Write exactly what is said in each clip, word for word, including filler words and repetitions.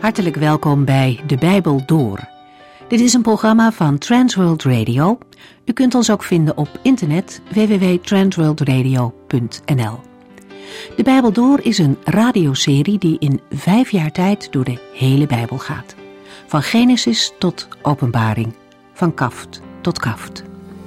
Hartelijk welkom bij De Bijbel Door. Dit is een programma van Transworld Radio. U kunt ons ook vinden op internet w w w punt transworld radio punt n l. De Bijbel Door is een radioserie die in vijf jaar tijd door de hele Bijbel gaat. Van Genesis tot Openbaring, van kaft tot kaft.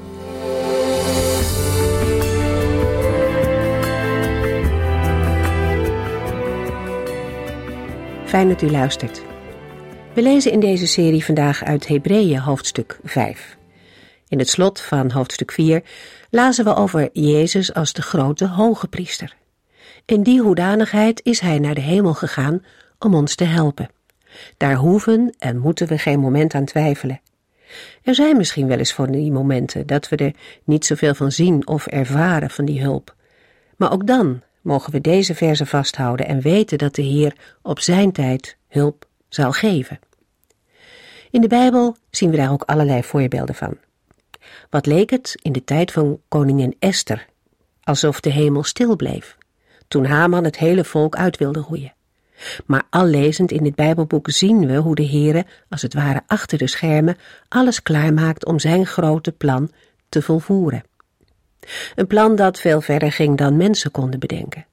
Fijn dat u luistert. We lezen in deze serie vandaag uit Hebreeën hoofdstuk vijf. In het slot van hoofdstuk vier lazen we over Jezus als de grote hoge priester. In die hoedanigheid is hij naar de hemel gegaan om ons te helpen. Daar hoeven en moeten we geen moment aan twijfelen. Er zijn misschien wel eens van die momenten dat we er niet zoveel van zien of ervaren van die hulp. Maar ook dan mogen we deze verzen vasthouden en weten dat de Heer op zijn tijd hulp zal geven. In de Bijbel zien we daar ook allerlei voorbeelden van. Wat leek het in de tijd van koningin Esther, alsof de hemel stil bleef, toen Haman het hele volk uit wilde roeien. Maar al lezend in dit Bijbelboek zien we hoe de Heere, als het ware achter de schermen, alles klaarmaakt om zijn grote plan te volvoeren. Een plan dat veel verder ging dan mensen konden bedenken.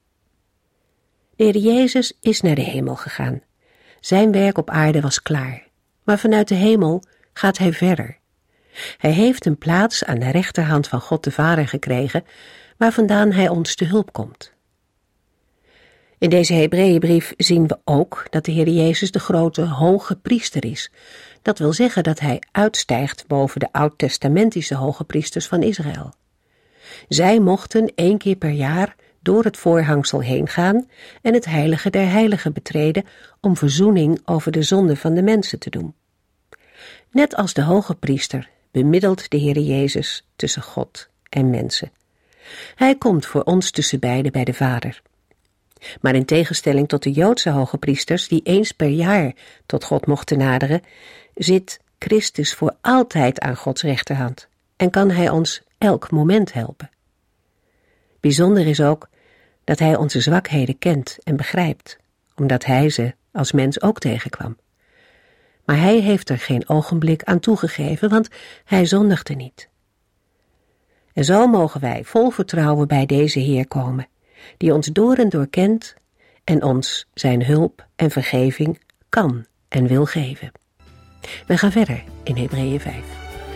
De Heer Jezus is naar de hemel gegaan. Zijn werk op aarde was klaar, maar vanuit de hemel gaat hij verder. Hij heeft een plaats aan de rechterhand van God de Vader gekregen, waar vandaan hij ons te hulp komt. In deze Hebreeënbrief zien we ook dat de Heer Jezus de grote hoge priester is. Dat wil zeggen dat hij uitstijgt boven de oud-testamentische hoge priesters van Israël. Zij mochten één keer per jaar door het voorhangsel heen gaan en het heilige der heiligen betreden om verzoening over de zonde van de mensen te doen. Net als de hoge priester bemiddelt de Heer Jezus tussen God en mensen. Hij komt voor ons tussen beiden bij de Vader. Maar in tegenstelling tot de Joodse hoge priesters die eens per jaar tot God mochten naderen, zit Christus voor altijd aan Gods rechterhand en kan hij ons elk moment helpen. Bijzonder is ook dat hij onze zwakheden kent en begrijpt, omdat hij ze als mens ook tegenkwam. Maar hij heeft er geen ogenblik aan toegegeven, want hij zondigde niet. En zo mogen wij vol vertrouwen bij deze Heer komen, die ons door en door kent en ons zijn hulp en vergeving kan en wil geven. We gaan verder in Hebreeën vijf.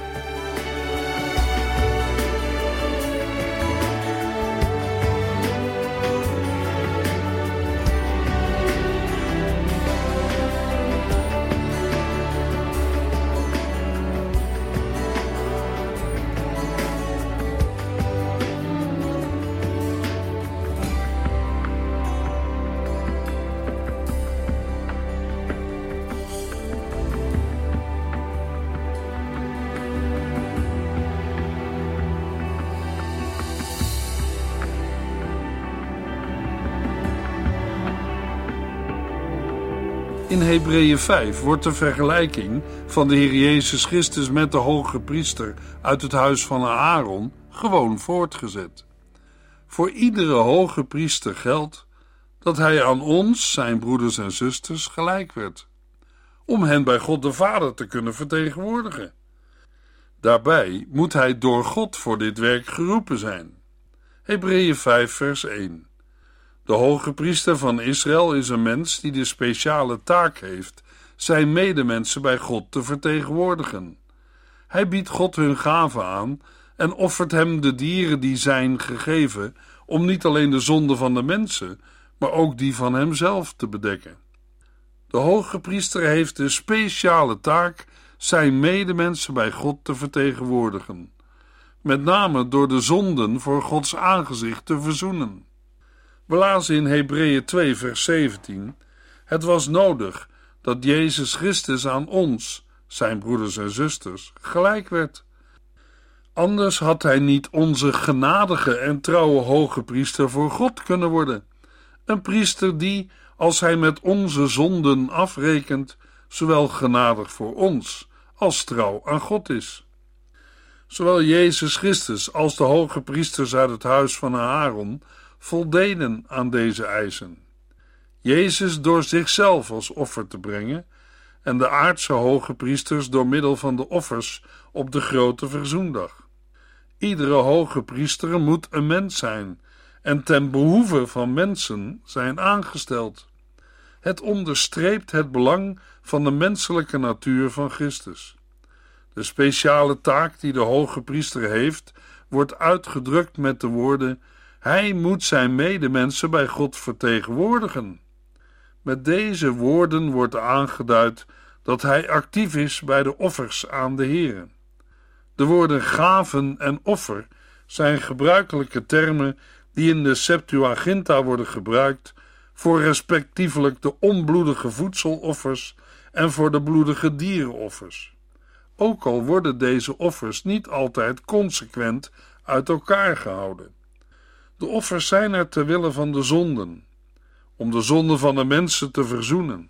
In Hebreeën vijf wordt de vergelijking van de Heer Jezus Christus met de hoge priester uit het huis van Aaron gewoon voortgezet. Voor iedere hoge priester geldt dat hij aan ons, zijn broeders en zusters, gelijk werd, om hen bij God de Vader te kunnen vertegenwoordigen. Daarbij moet hij door God voor dit werk geroepen zijn. Hebreeën vijf vers één. De hoge priester van Israël is een mens die de speciale taak heeft zijn medemensen bij God te vertegenwoordigen. Hij biedt God hun gaven aan en offert hem de dieren die zijn gegeven om niet alleen de zonde van de mensen, maar ook die van hemzelf te bedekken. De hoge priester heeft de speciale taak zijn medemensen bij God te vertegenwoordigen, met name door de zonden voor Gods aangezicht te verzoenen. We lazen in Hebreeën twee vers zeventien, het was nodig dat Jezus Christus aan ons, zijn broeders en zusters, gelijk werd. Anders had hij niet onze genadige en trouwe hoge priester voor God kunnen worden. Een priester die, als hij met onze zonden afrekent, zowel genadig voor ons als trouw aan God is. Zowel Jezus Christus als de hoge priesters uit het huis van Aaron voldeden aan deze eisen. Jezus door zichzelf als offer te brengen en de aardse hoge priesters door middel van de offers op de grote verzoendag. Iedere hoge priester moet een mens zijn en ten behoeve van mensen zijn aangesteld. Het onderstreept het belang van de menselijke natuur van Christus. De speciale taak die de hoge priester heeft, wordt uitgedrukt met de woorden: hij moet zijn medemensen bij God vertegenwoordigen. Met deze woorden wordt aangeduid dat hij actief is bij de offers aan de Here. De woorden gaven en offer zijn gebruikelijke termen die in de Septuaginta worden gebruikt voor respectievelijk de onbloedige voedseloffers en voor de bloedige dierenoffers. Ook al worden deze offers niet altijd consequent uit elkaar gehouden. De offers zijn er ter wille van de zonden, om de zonden van de mensen te verzoenen.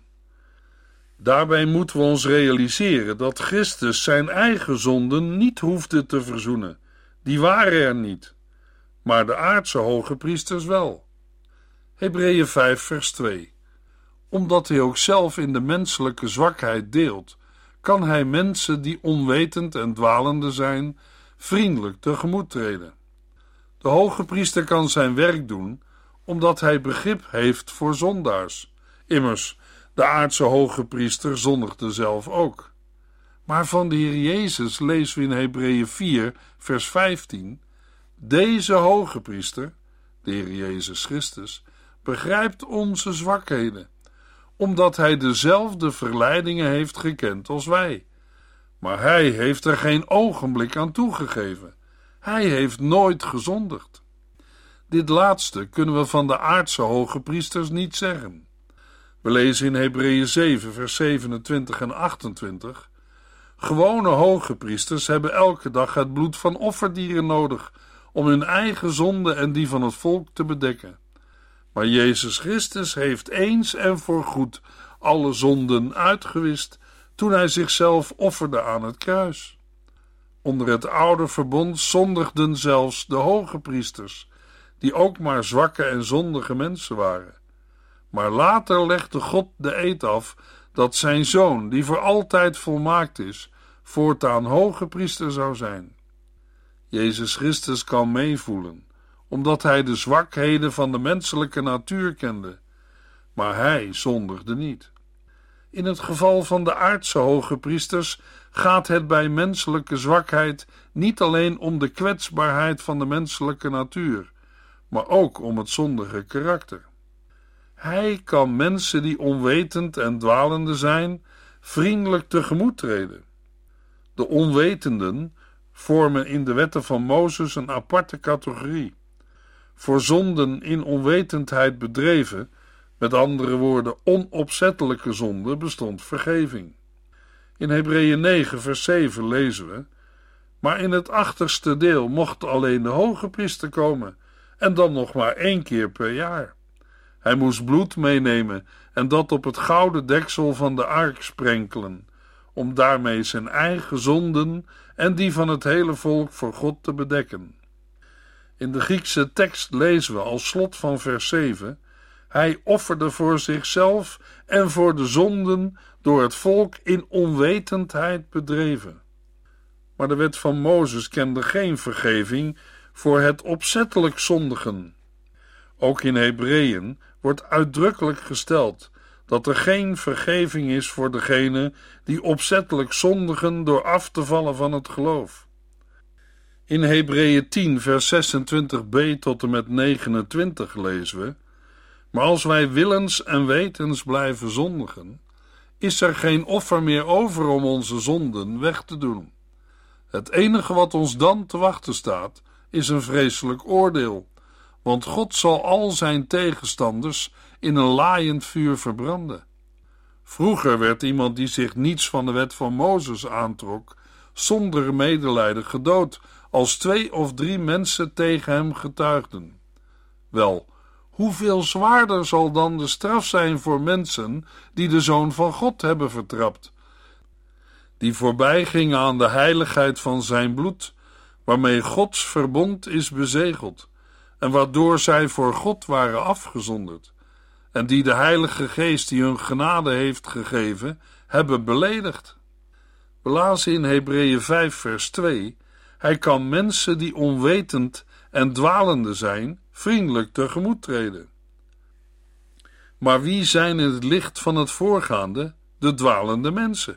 Daarbij moeten we ons realiseren dat Christus zijn eigen zonden niet hoefde te verzoenen. Die waren er niet, maar de aardse hoge priesters wel. Hebreeën vijf vers twee. Omdat hij ook zelf in de menselijke zwakheid deelt, kan hij mensen die onwetend en dwalende zijn, vriendelijk tegemoet treden. De hoge priester kan zijn werk doen, omdat hij begrip heeft voor zondaars. Immers, de aardse hoge priester zondigde zelf ook. Maar van de Heer Jezus lezen we in Hebreeën vier, vers vijftien... Deze hoge priester, de Heer Jezus Christus, begrijpt onze zwakheden, omdat hij dezelfde verleidingen heeft gekend als wij. Maar hij heeft er geen ogenblik aan toegegeven. Hij heeft nooit gezondigd. Dit laatste kunnen we van de aardse hoge priesters niet zeggen. We lezen in Hebreeën zeven, vers zevenentwintig en achtentwintig... Gewone hoge priesters hebben elke dag het bloed van offerdieren nodig om hun eigen zonde en die van het volk te bedekken. Maar Jezus Christus heeft eens en voorgoed alle zonden uitgewist toen hij zichzelf offerde aan het kruis. Onder het oude verbond zondigden zelfs de hoge priesters, die ook maar zwakke en zondige mensen waren. Maar later legde God de eed af dat zijn zoon, die voor altijd volmaakt is, voortaan hoge priester zou zijn. Jezus Christus kan meevoelen, omdat hij de zwakheden van de menselijke natuur kende, maar hij zondigde niet. In het geval van de aardse hoge priesters gaat het bij menselijke zwakheid niet alleen om de kwetsbaarheid van de menselijke natuur, maar ook om het zondige karakter. Hij kan mensen die onwetend en dwalende zijn, vriendelijk tegemoet treden. De onwetenden vormen in de wetten van Mozes een aparte categorie. Voor zonden in onwetendheid bedreven, met andere woorden onopzettelijke zonde, bestond vergeving. In Hebreeën negen vers zeven lezen we: maar in het achterste deel mocht alleen de hoge priester komen, en dan nog maar één keer per jaar. Hij moest bloed meenemen en dat op het gouden deksel van de ark sprenkelen, om daarmee zijn eigen zonden en die van het hele volk voor God te bedekken. In de Griekse tekst lezen we als slot van vers zeven: hij offerde voor zichzelf en voor de zonden door het volk in onwetendheid bedreven. Maar de wet van Mozes kende geen vergeving voor het opzettelijk zondigen. Ook in Hebreeën wordt uitdrukkelijk gesteld dat er geen vergeving is voor degene die opzettelijk zondigen door af te vallen van het geloof. In Hebreeën tien vers zesentwintig b tot en met negenentwintig lezen we: maar als wij willens en wetens blijven zondigen, is er geen offer meer over om onze zonden weg te doen. Het enige wat ons dan te wachten staat, is een vreselijk oordeel, want God zal al zijn tegenstanders in een laaiend vuur verbranden. Vroeger werd iemand die zich niets van de wet van Mozes aantrok, zonder medelijden gedood, als twee of drie mensen tegen hem getuigden. Wel, hoeveel zwaarder zal dan de straf zijn voor mensen die de Zoon van God hebben vertrapt, die voorbij gingen aan de heiligheid van zijn bloed, waarmee Gods verbond is bezegeld, en waardoor zij voor God waren afgezonderd, en die de Heilige Geest die hun genade heeft gegeven, hebben beledigd. We lazen in Hebreeën vijf vers twee, hij kan mensen die onwetend en dwalende zijn, vriendelijk tegemoet treden. Maar wie zijn in het licht van het voorgaande? De dwalende mensen.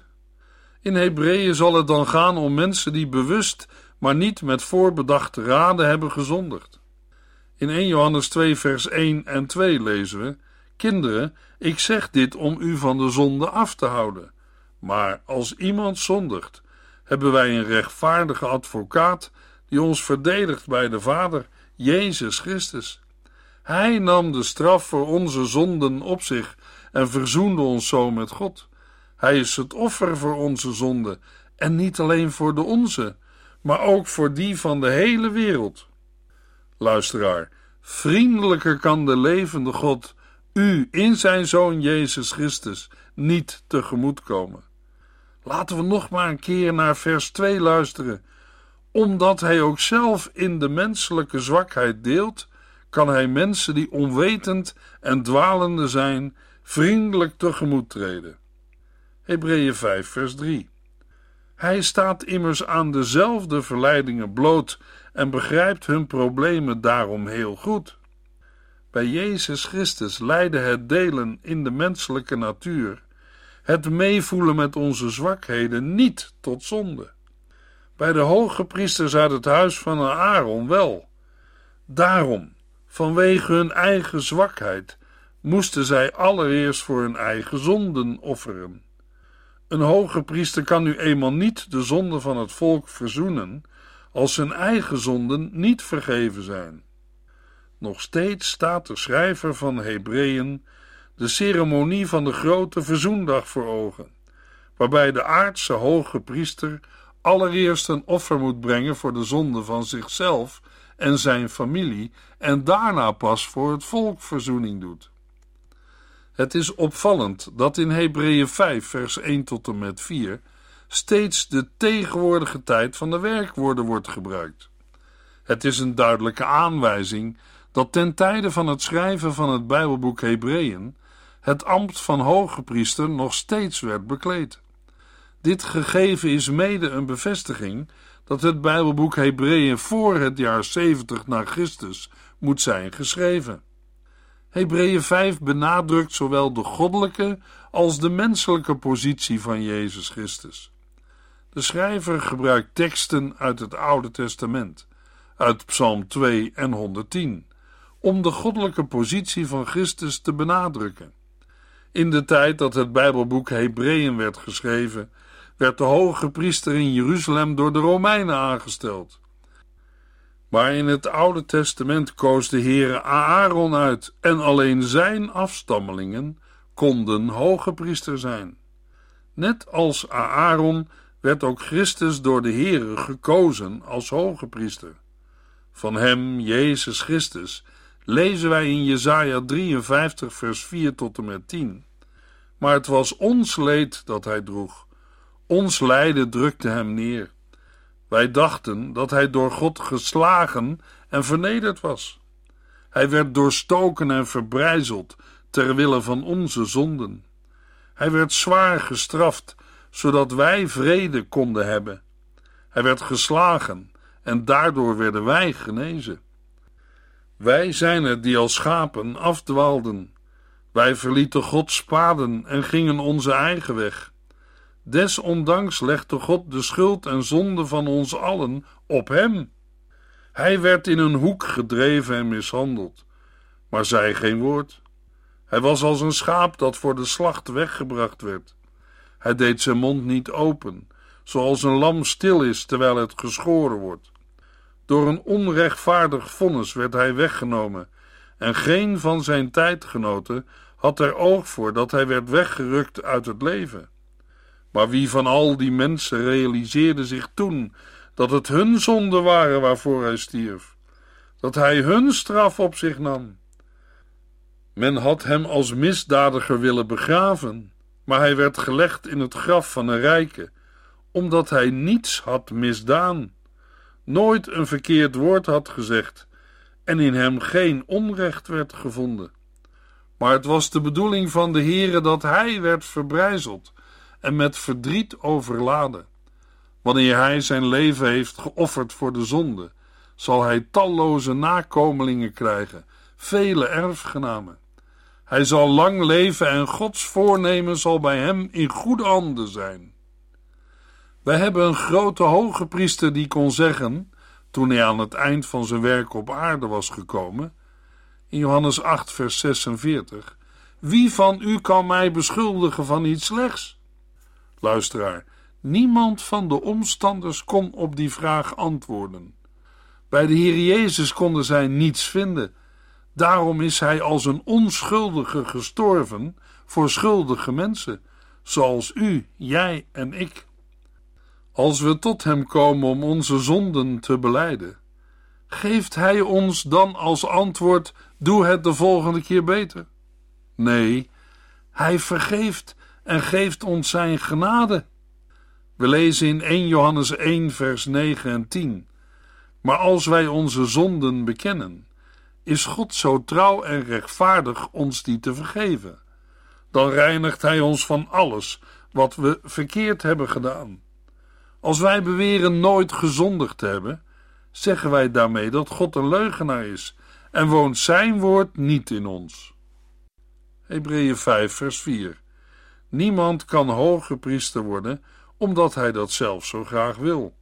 In Hebreeën zal het dan gaan om mensen die bewust, maar niet met voorbedachte raden hebben gezondigd. In eerste Johannes twee vers één en twee lezen we, kinderen, ik zeg dit om u van de zonde af te houden. Maar als iemand zondigt, hebben wij een rechtvaardige advocaat die ons verdedigt bij de Vader, Jezus Christus. Hij nam de straf voor onze zonden op zich en verzoende ons zo met God. Hij is het offer voor onze zonden en niet alleen voor de onze, maar ook voor die van de hele wereld. Luisteraar, vriendelijker kan de levende God u in zijn Zoon Jezus Christus niet tegemoetkomen. Laten we nog maar een keer naar vers twee luisteren. Omdat hij ook zelf in de menselijke zwakheid deelt, kan hij mensen die onwetend en dwalende zijn, vriendelijk tegemoet treden. Hebreeën vijf vers drie. Hij staat immers aan dezelfde verleidingen bloot en begrijpt hun problemen daarom heel goed. Bij Jezus Christus leidde het delen in de menselijke natuur, het meevoelen met onze zwakheden niet tot zonde. Bij de hoge priesters uit het huis van Aaron wel. Daarom, vanwege hun eigen zwakheid, moesten zij allereerst voor hun eigen zonden offeren. Een hoge priester kan nu eenmaal niet de zonde van het volk verzoenen, als zijn eigen zonden niet vergeven zijn. Nog steeds staat de schrijver van Hebreeën de ceremonie van de grote verzoendag voor ogen, waarbij de aardse hoge priester allereerst een offer moet brengen voor de zonde van zichzelf en zijn familie en daarna pas voor het volk verzoening doet. Het is opvallend dat in Hebreeën vijf vers één tot en met vier steeds de tegenwoordige tijd van de werkwoorden wordt gebruikt. Het is een duidelijke aanwijzing dat ten tijde van het schrijven van het Bijbelboek Hebreeën het ambt van hoge priester nog steeds werd bekleed. Dit gegeven is mede een bevestiging dat het Bijbelboek Hebreeën voor het jaar zeventig na Christus moet zijn geschreven. Hebreeën vijf benadrukt zowel de goddelijke als de menselijke positie van Jezus Christus. De schrijver gebruikt teksten uit het Oude Testament, uit Psalm twee en honderdtien, om de goddelijke positie van Christus te benadrukken. In de tijd dat het Bijbelboek Hebreeën werd geschreven, werd de hoge priester in Jeruzalem door de Romeinen aangesteld. Maar in het Oude Testament koos de Heere Aaron uit en alleen zijn afstammelingen konden hoge priester zijn. Net als Aaron werd ook Christus door de Heere gekozen als hoge priester. Van hem, Jezus Christus, lezen wij in Jesaja drieënvijftig vers vier tot en met tien. Maar het was ons leed dat hij droeg. Ons lijden drukte hem neer. Wij dachten dat hij door God geslagen en vernederd was. Hij werd doorstoken en verbrijzeld ter wille van onze zonden. Hij werd zwaar gestraft, zodat wij vrede konden hebben. Hij werd geslagen en daardoor werden wij genezen. Wij zijn het die als schapen afdwaalden. Wij verlieten Gods paden en gingen onze eigen weg. Desondanks legde God de schuld en zonde van ons allen op hem. Hij werd in een hoek gedreven en mishandeld, maar zei geen woord. Hij was als een schaap dat voor de slacht weggebracht werd. Hij deed zijn mond niet open, zoals een lam stil is terwijl het geschoren wordt. Door een onrechtvaardig vonnis werd hij weggenomen, en geen van zijn tijdgenoten had er oog voor dat hij werd weggerukt uit het leven. Maar wie van al die mensen realiseerde zich toen dat het hun zonden waren waarvoor hij stierf, dat hij hun straf op zich nam? Men had hem als misdadiger willen begraven, maar hij werd gelegd in het graf van een rijke, omdat hij niets had misdaan, nooit een verkeerd woord had gezegd en in hem geen onrecht werd gevonden. Maar het was de bedoeling van de Heere dat hij werd verbrijzeld en met verdriet overladen. Wanneer hij zijn leven heeft geofferd voor de zonde, zal hij talloze nakomelingen krijgen, vele erfgenamen. Hij zal lang leven en Gods voornemen zal bij hem in goede handen zijn. Wij hebben een grote hoge priester die kon zeggen, toen hij aan het eind van zijn werk op aarde was gekomen, in Johannes acht vers zesenveertig, wie van u kan mij beschuldigen van iets slechts? Luisteraar, niemand van de omstanders kon op die vraag antwoorden. Bij de Heer Jezus konden zij niets vinden. Daarom is hij als een onschuldige gestorven voor schuldige mensen, zoals u, jij en ik. Als we tot hem komen om onze zonden te belijden, geeft hij ons dan als antwoord, doe het de volgende keer beter? Nee, hij vergeeft en geeft ons zijn genade. We lezen in eerste Johannes één vers negen en tien. Maar als wij onze zonden bekennen, is God zo trouw en rechtvaardig ons die te vergeven. Dan reinigt hij ons van alles wat we verkeerd hebben gedaan. Als wij beweren nooit gezondigd te hebben, zeggen wij daarmee dat God een leugenaar is en woont zijn woord niet in ons. Hebreeën vijf vers vier. Niemand kan hoge priester worden, omdat hij dat zelf zo graag wil.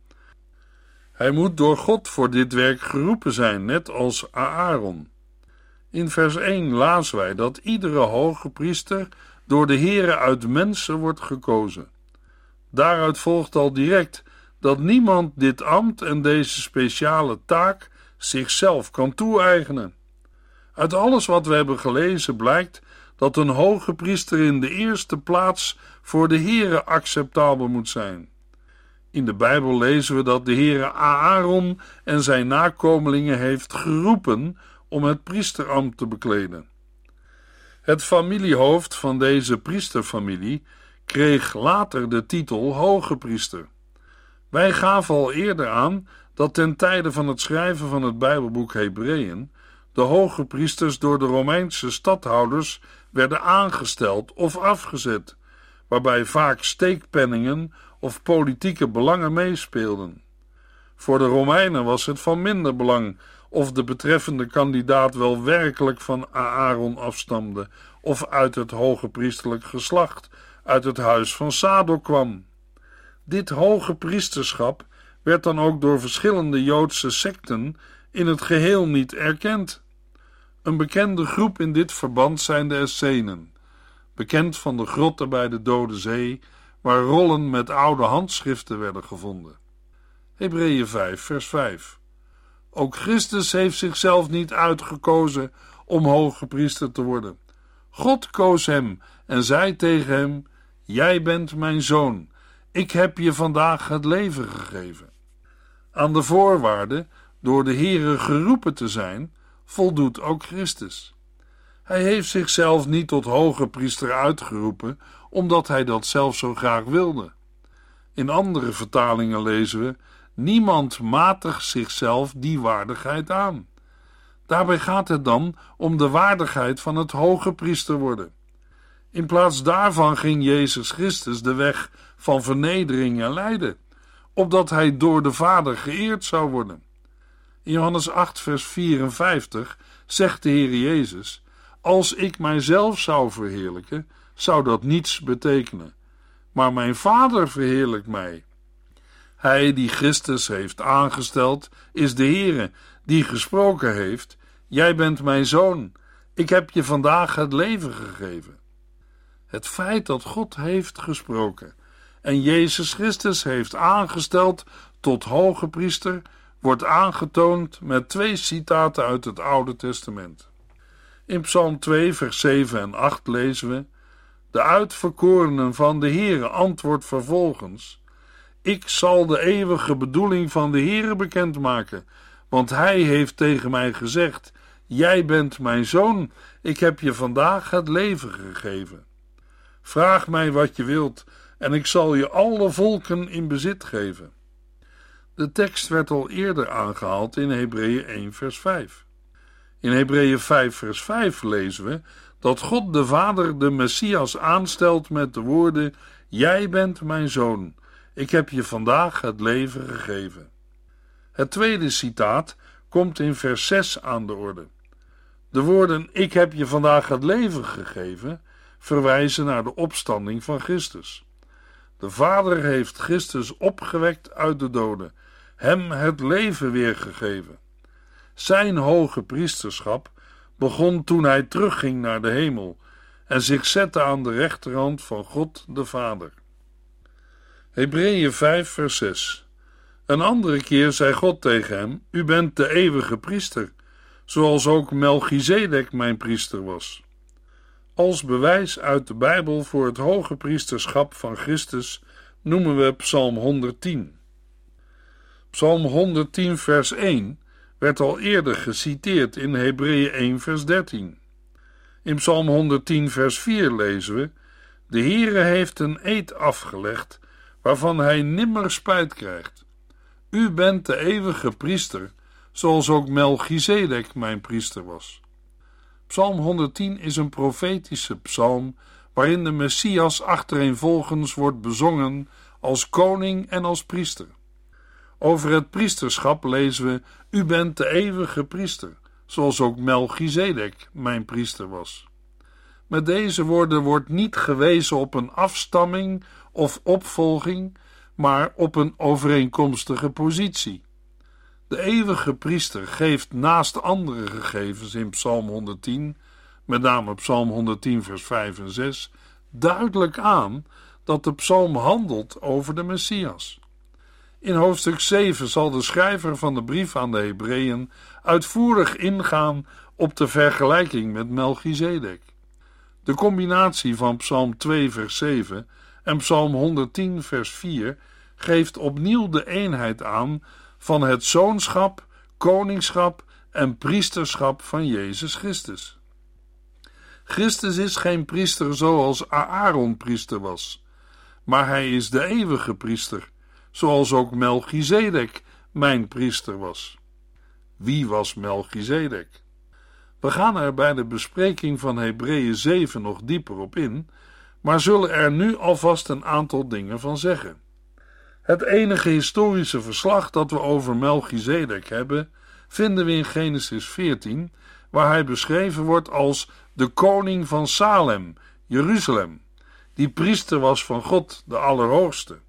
Hij moet door God voor dit werk geroepen zijn, net als Aaron. In vers één lazen wij dat iedere hoge priester door de Heere uit mensen wordt gekozen. Daaruit volgt al direct dat niemand dit ambt en deze speciale taak zichzelf kan toe-eigenen. Uit alles wat we hebben gelezen blijkt dat een hoge priester in de eerste plaats voor de Heere acceptabel moet zijn. In de Bijbel lezen we dat de Heere Aaron en zijn nakomelingen heeft geroepen om het priesterambt te bekleden. Het familiehoofd van deze priesterfamilie kreeg later de titel hoge priester. Wij gaven al eerder aan dat ten tijde van het schrijven van het Bijbelboek Hebreeën de hoge priesters door de Romeinse stadhouders werden aangesteld of afgezet, waarbij vaak steekpenningen of politieke belangen meespeelden. Voor de Romeinen was het van minder belang of de betreffende kandidaat wel werkelijk van Aaron afstamde of uit het hoge priesterlijk geslacht, uit het huis van Sadok kwam. Dit hoge priesterschap werd dan ook door verschillende Joodse secten in het geheel niet erkend. Een bekende groep in dit verband zijn de Essenen, bekend van de grotten bij de Dode Zee, waar rollen met oude handschriften werden gevonden. Hebreeën vijf vers vijf. Ook Christus heeft zichzelf niet uitgekozen om hoge priester te worden. God koos hem en zei tegen hem, jij bent mijn zoon, ik heb je vandaag het leven gegeven. Aan de voorwaarde, door de Heere geroepen te zijn, voldoet ook Christus. Hij heeft zichzelf niet tot hoge priester uitgeroepen, omdat hij dat zelf zo graag wilde. In andere vertalingen lezen we, niemand matigt zichzelf die waardigheid aan. Daarbij gaat het dan om de waardigheid van het hoge priester worden. In plaats daarvan ging Jezus Christus de weg van vernedering en lijden, opdat hij door de Vader geëerd zou worden. In Johannes acht vers vierenvijftig zegt de Heer Jezus, als ik mijzelf zou verheerlijken, zou dat niets betekenen. Maar mijn Vader verheerlijkt mij. Hij die Christus heeft aangesteld, is de Heere, die gesproken heeft, jij bent mijn zoon, ik heb je vandaag het leven gegeven. Het feit dat God heeft gesproken en Jezus Christus heeft aangesteld tot hoge priester, wordt aangetoond met twee citaten uit het Oude Testament. In Psalm twee vers zeven en acht lezen we, de uitverkorenen van de Heere antwoordt vervolgens, ik zal de eeuwige bedoeling van de Heere bekendmaken, want hij heeft tegen mij gezegd, jij bent mijn zoon, ik heb je vandaag het leven gegeven. Vraag mij wat je wilt en ik zal je alle volken in bezit geven. De tekst werd al eerder aangehaald in Hebreeën één vers vijf. In Hebreeën vijf vers vijf lezen we dat God de Vader de Messias aanstelt met de woorden: jij bent mijn zoon, ik heb je vandaag het leven gegeven. Het tweede citaat komt in vers zes aan de orde. De woorden ik heb je vandaag het leven gegeven verwijzen naar de opstanding van Christus. De Vader heeft Christus opgewekt uit de doden, hem het leven weergegeven. Zijn hoge priesterschap begon toen hij terugging naar de hemel en zich zette aan de rechterhand van God de Vader. Hebreeën vijf vers zes. Een andere keer zei God tegen hem: u bent de eeuwige priester, zoals ook Melchizedek mijn priester was. Als bewijs uit de Bijbel voor het hoge priesterschap van Christus noemen we Psalm honderdtien. Psalm honderdtien vers één werd al eerder geciteerd in Hebreeën één vers dertien. In Psalm honderdtien vers vier lezen we: de Heere heeft een eed afgelegd waarvan hij nimmer spijt krijgt. U bent de eeuwige priester, zoals ook Melchizedek mijn priester was. Psalm honderdtien is een profetische psalm waarin de Messias achtereenvolgens wordt bezongen als koning en als priester. Over het priesterschap lezen we: u bent de eeuwige priester, zoals ook Melchizedek mijn priester was. Met deze woorden wordt niet gewezen op een afstamming of opvolging, maar op een overeenkomstige positie. De eeuwige priester geeft naast andere gegevens in Psalm honderdtien, met name Psalm honderdtien vers vijf en zes, duidelijk aan dat de psalm handelt over de Messias. In hoofdstuk zeven zal de schrijver van de brief aan de Hebreeën uitvoerig ingaan op de vergelijking met Melchizedek. De combinatie van Psalm twee vers zeven en Psalm honderdtien vers vier geeft opnieuw de eenheid aan van het zoonschap, koningschap en priesterschap van Jezus Christus. Christus is geen priester zoals Aaron priester was, maar hij is de eeuwige priester, zoals ook Melchizedek mijn priester was. Wie was Melchizedek? We gaan er bij de bespreking van Hebreeën zeven nog dieper op in, maar zullen er nu alvast een aantal dingen van zeggen. Het enige historische verslag dat we over Melchizedek hebben, vinden we in Genesis veertien, waar hij beschreven wordt als de koning van Salem, Jeruzalem, die priester was van God, de Allerhoogste.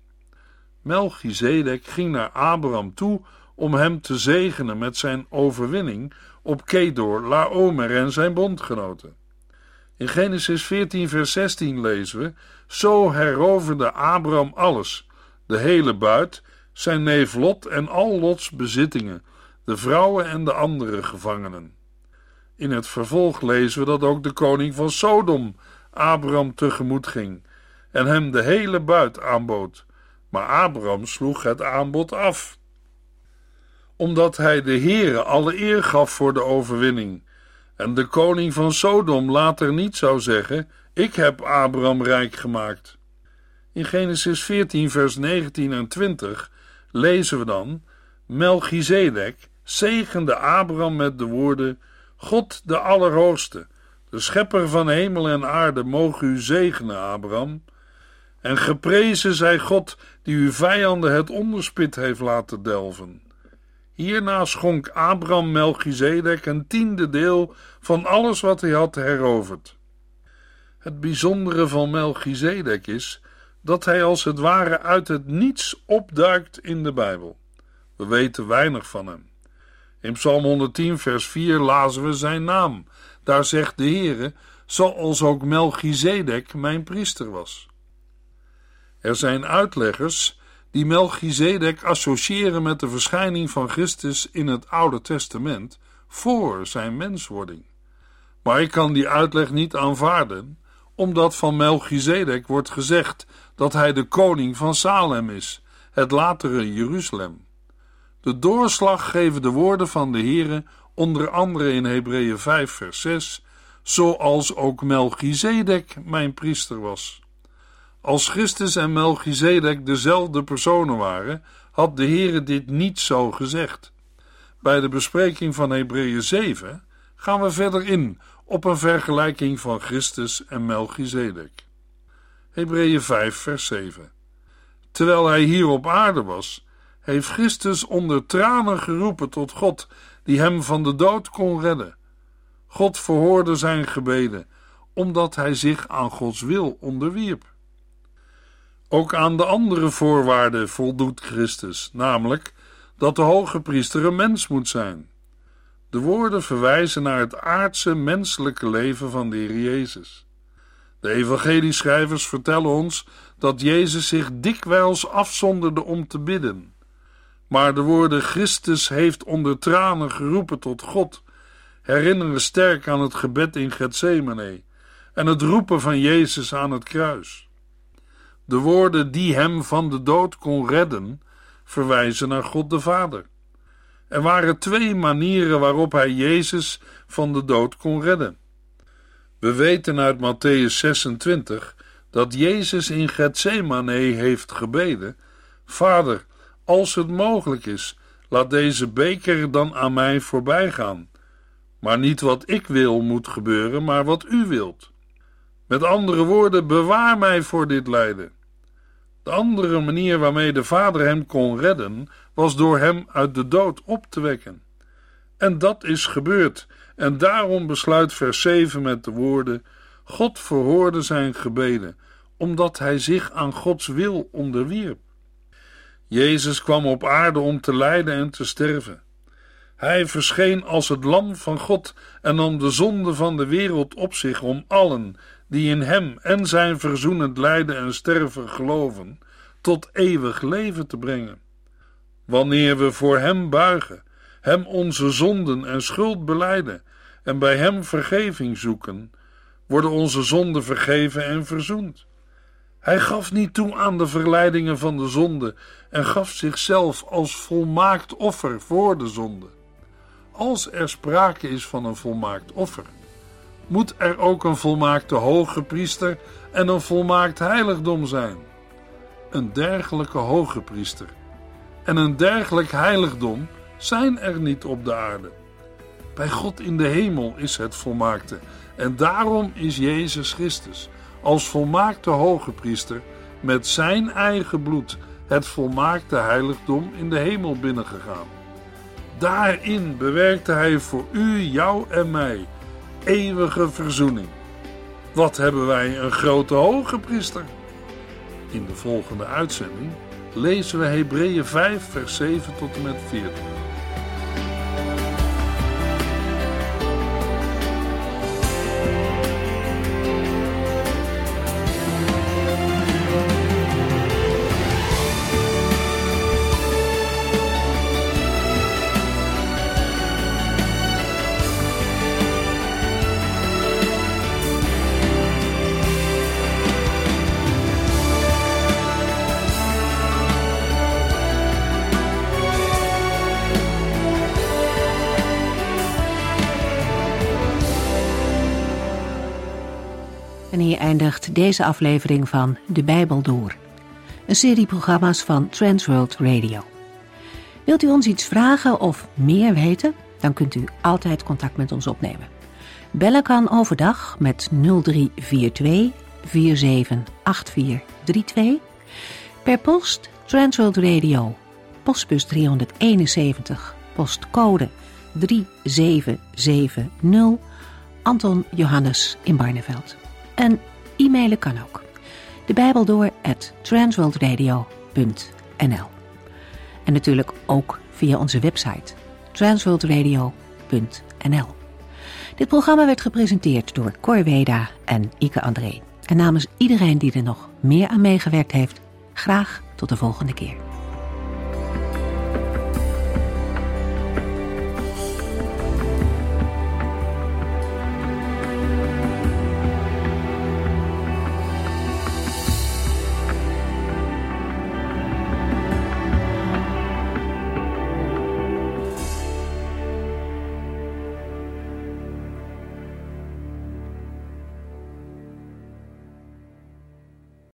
Melchizedek ging naar Abraham toe om hem te zegenen met zijn overwinning op Kedor, Laomer en zijn bondgenoten. In Genesis veertien vers zestien lezen we: zo heroverde Abraham alles, de hele buit, zijn neef Lot en al Lots bezittingen, de vrouwen en de andere gevangenen. In het vervolg lezen we dat ook de koning van Sodom Abraham tegemoet ging en hem de hele buit aanbood, maar Abraham sloeg het aanbod af, omdat hij de Heere alle eer gaf voor de overwinning. En de koning van Sodom later niet zou zeggen: ik heb Abraham rijk gemaakt. In Genesis veertien vers negentien en twintig lezen we dan: Melchizedek zegende Abraham met de woorden: God de Allerhoogste, de schepper van hemel en aarde, mogen u zegenen, Abraham. En geprezen zij God die uw vijanden het onderspit heeft laten delven. Hierna schonk Abraham Melchizedek een tiende deel van alles wat hij had heroverd. Het bijzondere van Melchizedek is dat hij als het ware uit het niets opduikt in de Bijbel. We weten weinig van hem. In Psalm honderdtien vers vier lazen we zijn naam. Daar zegt de Heere: zoals ook Melchizedek mijn priester was. Er zijn uitleggers die Melchizedek associëren met de verschijning van Christus in het Oude Testament voor zijn menswording. Maar ik kan die uitleg niet aanvaarden, omdat van Melchizedek wordt gezegd dat hij de koning van Salem is, het latere Jeruzalem. De doorslag geven de woorden van de Heere onder andere in Hebreeën vijf vers zes, zoals ook Melchizedek mijn priester was. Als Christus en Melchizedek dezelfde personen waren, had de Heere dit niet zo gezegd. Bij de bespreking van Hebreeën zeven gaan we verder in op een vergelijking van Christus en Melchizedek. Hebreeën vijf vers zeven. Terwijl hij hier op aarde was, heeft Christus onder tranen geroepen tot God, die hem van de dood kon redden. God verhoorde zijn gebeden, omdat hij zich aan Gods wil onderwierp. Ook aan de andere voorwaarden voldoet Christus, namelijk dat de hoge priester een mens moet zijn. De woorden verwijzen naar het aardse menselijke leven van de Heer Jezus. De evangelieschrijvers vertellen ons dat Jezus zich dikwijls afzonderde om te bidden. Maar de woorden Christus heeft onder tranen geroepen tot God herinneren sterk aan het gebed in Getsemane en het roepen van Jezus aan het kruis. De woorden die hem van de dood kon redden verwijzen naar God de Vader. Er waren twee manieren waarop hij Jezus van de dood kon redden. We weten uit Mattheüs zesentwintig dat Jezus in Getsemane heeft gebeden: Vader, als het mogelijk is, laat deze beker dan aan mij voorbij gaan. Maar niet wat ik wil moet gebeuren, maar wat u wilt. Met andere woorden, bewaar mij voor dit lijden. De andere manier waarmee de Vader hem kon redden, was door hem uit de dood op te wekken. En dat is gebeurd, en daarom besluit vers zeven met de woorden: God verhoorde zijn gebeden, omdat hij zich aan Gods wil onderwierp. Jezus kwam op aarde om te lijden en te sterven. Hij verscheen als het lam van God en nam de zonde van de wereld op zich om allen die in hem en zijn verzoenend lijden en sterven geloven, tot eeuwig leven te brengen. Wanneer we voor hem buigen, hem onze zonden en schuld belijden en bij hem vergeving zoeken, worden onze zonden vergeven en verzoend. Hij gaf niet toe aan de verleidingen van de zonde en gaf zichzelf als volmaakt offer voor de zonde. Als er sprake is van een volmaakt offer, moet er ook een volmaakte hoge priester en een volmaakt heiligdom zijn. Een dergelijke hoge priester en een dergelijk heiligdom zijn er niet op de aarde. Bij God in de hemel is het volmaakte en daarom is Jezus Christus als volmaakte hoge priester met zijn eigen bloed het volmaakte heiligdom in de hemel binnengegaan. Daarin bewerkte hij voor u, jou en mij eeuwige verzoening. Wat hebben wij een grote hoge priester? In de volgende uitzending lezen we Hebreeën vijf vers zeven tot en met veertien. En hier eindigt deze aflevering van De Bijbel Door. Een serie programma's van Transworld Radio. Wilt u ons iets vragen of meer weten? Dan kunt u altijd contact met ons opnemen. Bellen kan overdag met nul drie vier twee vier zeven acht vier drie twee. Per post Transworld Radio, postbus driehonderdeenenzeventig, postcode drie zeven zeven nul, Anton Johannes in Barneveld. En e-mailen kan ook. De Bijbel door at transworldradio punt n l. En natuurlijk ook via onze website transworldradio punt n l. Dit programma werd gepresenteerd door Cor Weda en Ike André. En namens iedereen die er nog meer aan meegewerkt heeft, graag tot de volgende keer.